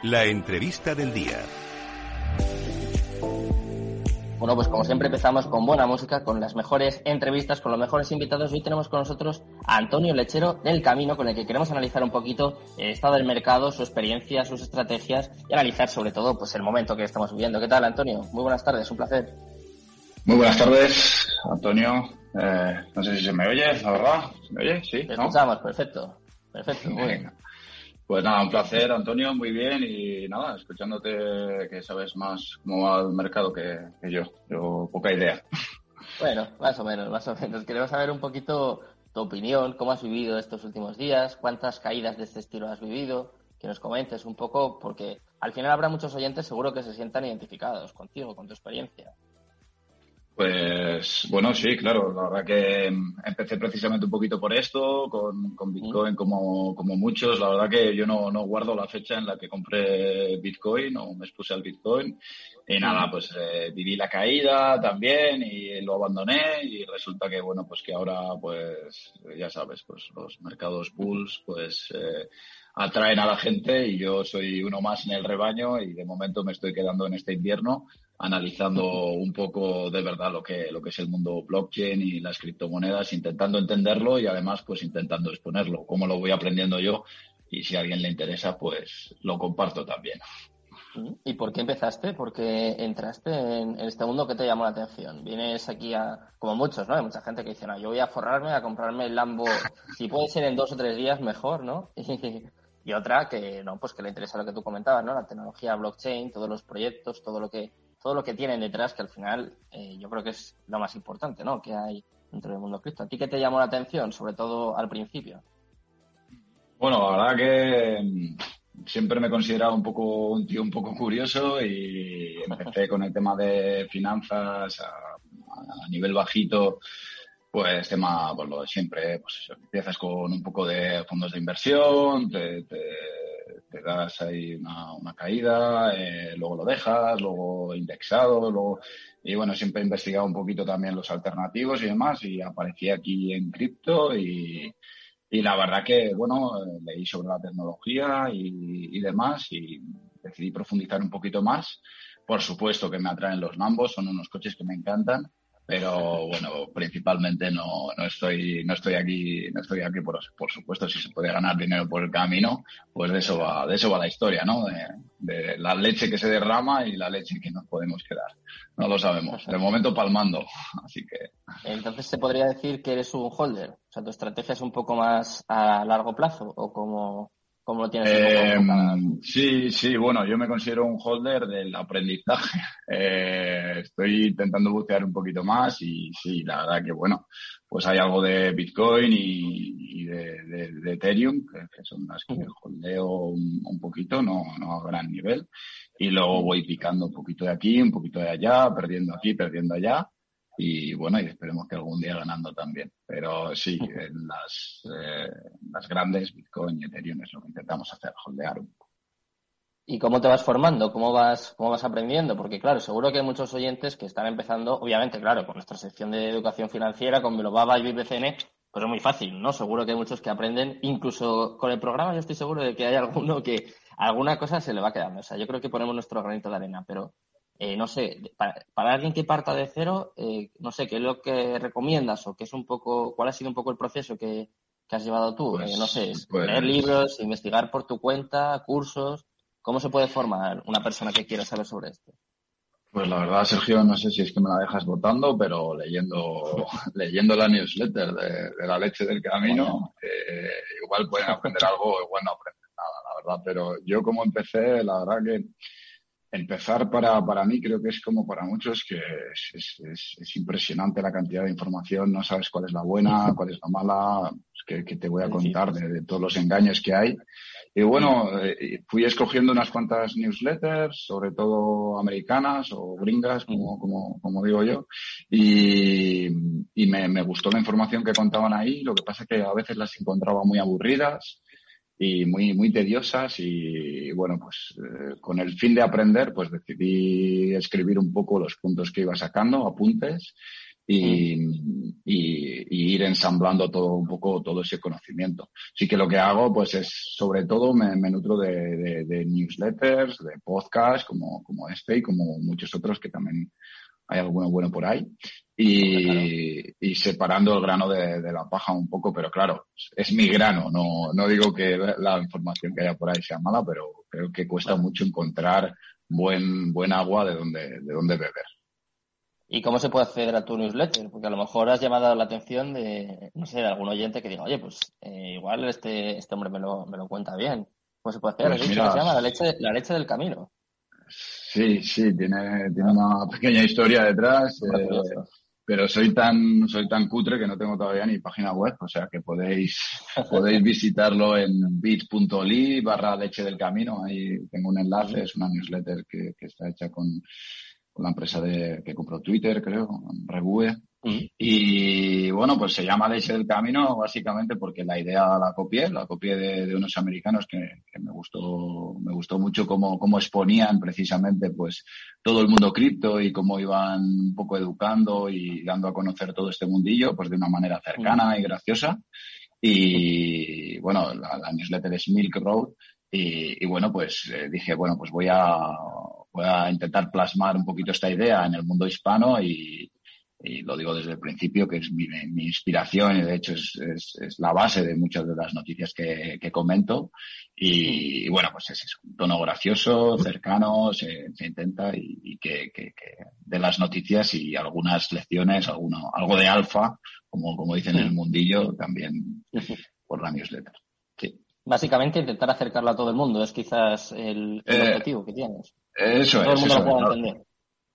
La entrevista del día. Bueno, pues como siempre empezamos con buena música, con las mejores entrevistas, con los mejores invitados. Hoy tenemos con nosotros a Antonio Lechero del Camino, con el que queremos analizar un poquito el estado del mercado, su experiencia, sus estrategias y analizar sobre todo pues el momento que estamos viviendo. ¿Qué tal, Antonio? Muy buenas tardes, un placer. Muy buenas tardes, Antonio. No sé si se me oye, la verdad. ¿Se me oye? ¿Sí? Te ¿No? escuchamos, perfecto. Perfecto, muy bien. Pues nada, un placer, Antonio, muy bien. Y nada, escuchándote que sabes más cómo va el mercado que yo. Yo poca idea. Bueno, más o menos. Queremos saber un poquito tu opinión, cómo has vivido estos últimos días, cuántas caídas de este estilo has vivido, que nos comentes un poco, porque al final habrá muchos oyentes seguro que se sientan identificados contigo, con tu experiencia. Pues bueno, sí, claro. La verdad que empecé precisamente un poquito por esto, con Bitcoin como muchos. La verdad que yo no guardo la fecha en la que compré Bitcoin o me expuse al Bitcoin. Y nada, pues viví la caída también y lo abandoné y resulta que, bueno, pues que ahora, pues ya sabes, pues los mercados bulls, pues atraen a la gente y yo soy uno más en el rebaño y de momento me estoy quedando en este invierno analizando un poco de verdad lo que es el mundo blockchain y las criptomonedas, intentando entenderlo y además pues intentando exponerlo, como lo voy aprendiendo yo y si a alguien le interesa pues lo comparto también. ¿Y por qué empezaste? ¿Por qué entraste en este mundo? ¿Qué te llamó la atención? Vienes aquí como muchos, ¿no? Hay mucha gente que dice, no, yo voy a forrarme, a comprarme el Lambo, si puede ser en 2 o 3 días, mejor, ¿no? Y otra que, no, pues que le interesa lo que tú comentabas, ¿no? La tecnología blockchain, todos los proyectos, todo lo que tienen detrás, que al final yo creo que es lo más importante, ¿no? Que hay dentro del mundo cripto. ¿A ti qué te llamó la atención, sobre todo al principio? Bueno, la verdad que siempre me he considerado un tío un poco curioso y empecé con el tema de finanzas a nivel bajito, pues tema, pues lo de siempre, pues empiezas con un poco de fondos de inversión, te das ahí una caída, luego lo dejas, luego indexado, luego... Y bueno, siempre he investigado un poquito también los alternativos y demás y aparecí aquí en cripto y la verdad que, bueno, leí sobre la tecnología y demás y decidí profundizar un poquito más. Por supuesto que me atraen los Lambos, son unos coches que me encantan, pero bueno, principalmente no estoy aquí por supuesto, si se puede ganar dinero por el camino, pues de eso va la historia, ¿no? De la leche que se derrama y la leche que nos podemos quedar. No lo sabemos. De momento palmando, así que... Entonces, ¿se podría decir que eres un holder? O sea, ¿tu estrategia es un poco más a largo plazo o cómo lo tienes un poco enfocada? Sí, bueno, yo me considero un holder del aprendizaje. Estoy intentando bucear un poquito más y sí, la verdad que bueno, pues hay algo de Bitcoin y de Ethereum, que son las que holdeo un poquito, no a gran nivel. Y luego voy picando un poquito de aquí, un poquito de allá, perdiendo aquí, perdiendo allá. Y bueno, y esperemos que algún día ganando también. Pero sí, en las grandes, Bitcoin y Ethereum es lo que intentamos hacer, holdear un poco. ¿Y cómo te vas formando? ¿Cómo vas aprendiendo? Porque claro, seguro que hay muchos oyentes que están empezando, obviamente, claro, con nuestra sección de educación financiera, con Velobaba y BPCN, pues es muy fácil, ¿no? Seguro que hay muchos que aprenden, incluso con el programa yo estoy seguro de que hay alguno que alguna cosa se le va quedando. O sea, yo creo que ponemos nuestro granito de arena, pero no sé, para alguien que parta de cero, no sé, ¿qué es lo que recomiendas o qué es un poco, cuál ha sido un poco el proceso que has llevado tú? No sé, leer libros, investigar por tu cuenta, cursos. ¿Cómo se puede formar una persona que quiera saber sobre esto? Pues la verdad, Sergio, no sé si es que me la dejas votando, pero leyendo la newsletter de la leche del camino, igual pueden aprender algo, igual no aprenden nada, la verdad. Pero yo como empecé, la verdad que empezar para mí creo que es como para muchos que es impresionante la cantidad de información, no sabes cuál es la buena, cuál es la mala, que te voy a contar de todos los engaños que hay. Y bueno, fui escogiendo unas cuantas newsletters, sobre todo americanas o gringas, como digo yo, y me gustó la información que contaban ahí, lo que pasa es que a veces las encontraba muy aburridas y muy tediosas y bueno, pues con el fin de aprender, pues decidí escribir un poco los puntos que iba sacando, apuntes, y ir ensamblando todo ese conocimiento. Sí que lo que hago, pues es, sobre todo, me nutro de newsletters, de podcasts como este y como muchos otros que también hay alguno bueno por ahí. Y separando el grano de la paja un poco, pero claro, es mi grano, no digo que la información que haya por ahí sea mala, pero creo que cuesta mucho encontrar buen agua de donde beber. ¿Y cómo se puede acceder a tu newsletter? Porque a lo mejor has llamado la atención de, no sé, de algún oyente que diga, oye, pues igual este hombre me lo cuenta bien. ¿Cómo se puede acceder? Has Pues dicho que se mira, llama la leche del camino. sí, tiene una pequeña historia detrás, Hombre, curioso. pero soy tan cutre que no tengo todavía ni página web, o sea que podéis visitarlo en bit.ly/leche del camino. Ahí tengo un enlace, es una newsletter que está hecha con la empresa que compró Twitter, creo, Rebue. Y bueno, pues se llama Leche del Camino básicamente porque la idea la copié de unos americanos que me gustó mucho cómo exponían precisamente pues todo el mundo cripto y cómo iban un poco educando y dando a conocer todo este mundillo pues de una manera cercana y graciosa. Y bueno, la newsletter es Milk Road y bueno, pues dije, bueno, pues voy a intentar plasmar un poquito esta idea en el mundo hispano y lo digo desde el principio, que es mi inspiración y de hecho es la base de muchas de las noticias que comento. Y bueno, pues es eso, un tono gracioso, cercano, se intenta y que de las noticias y algunas lecciones, algo de alfa, como dicen en el mundillo, también por la newsletter. Sí. Básicamente intentar acercarlo a todo el mundo es quizás el objetivo que tienes. Eso Que todo el mundo lo pueda ¿no? entender.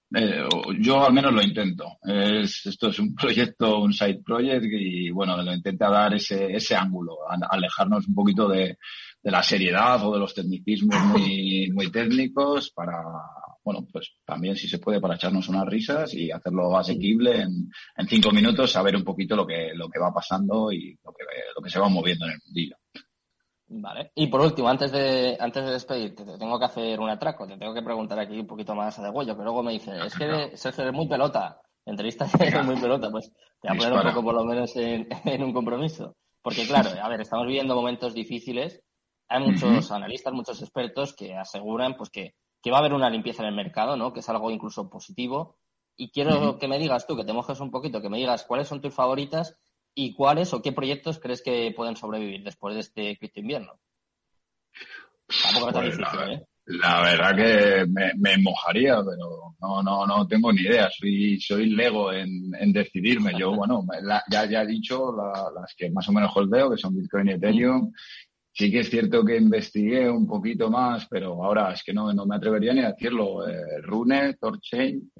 Yo al menos lo intento. Esto es un proyecto, un side project y bueno, lo intenta dar ese ángulo, alejarnos un poquito de la seriedad o de los tecnicismos muy técnicos para, bueno, pues también si se puede para echarnos unas risas y hacerlo asequible en 5 minutos, saber un poquito lo que va pasando y lo que se va moviendo en el mundillo. Vale. Y por último, antes de despedirte, te tengo que hacer un atraco, te tengo que preguntar aquí un poquito más a degüello, que luego me dices, es que Sergio es muy pelota, entrevista es muy pelota, pues te voy a poner un poco por lo menos en un compromiso. Porque claro, a ver, estamos viviendo momentos difíciles, hay muchos analistas, muchos expertos que aseguran pues que va a haber una limpieza en el mercado, ¿no? Que es algo incluso positivo. Y quiero que me digas tú, que te mojes un poquito, que me digas cuáles son tus favoritas y cuáles o qué proyectos crees que pueden sobrevivir después de este cripto invierno. Tampoco es tan difícil, ¿eh? La verdad que me mojaría, pero no tengo ni idea. Soy lego en decidirme. Yo, bueno, ya he dicho las que más o menos holdeo, que son Bitcoin y Ethereum. Sí que es cierto que investigué un poquito más, pero ahora es que no me atrevería ni a decirlo. Rune, Thorchain,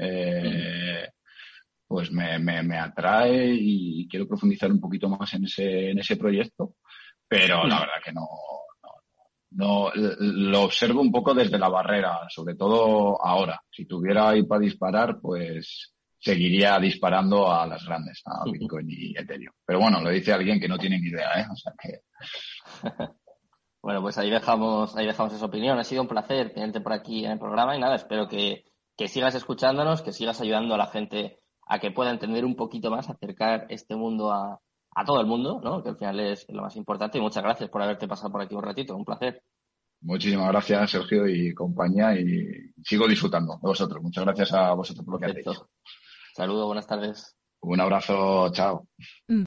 pues me atrae y quiero profundizar un poquito más en ese proyecto, pero la verdad que no, lo observo un poco desde la barrera, sobre todo ahora. Si tuviera ahí para disparar, pues seguiría disparando a las grandes, a Bitcoin y Ethereum. Pero bueno, lo dice alguien que no tiene ni idea, ¿eh? O sea que... Bueno, pues ahí dejamos esa opinión. Ha sido un placer tenerte por aquí en el programa y nada, espero que sigas escuchándonos, que sigas ayudando a la gente a que pueda entender un poquito más, acercar este mundo a todo el mundo, ¿no? Que al final es lo más importante. Y muchas gracias por haberte pasado por aquí un ratito. Un placer. Muchísimas gracias, Sergio y compañía, y sigo disfrutando de vosotros. Muchas gracias a vosotros por lo que hacéis. Saludos, buenas tardes. Un abrazo, chao.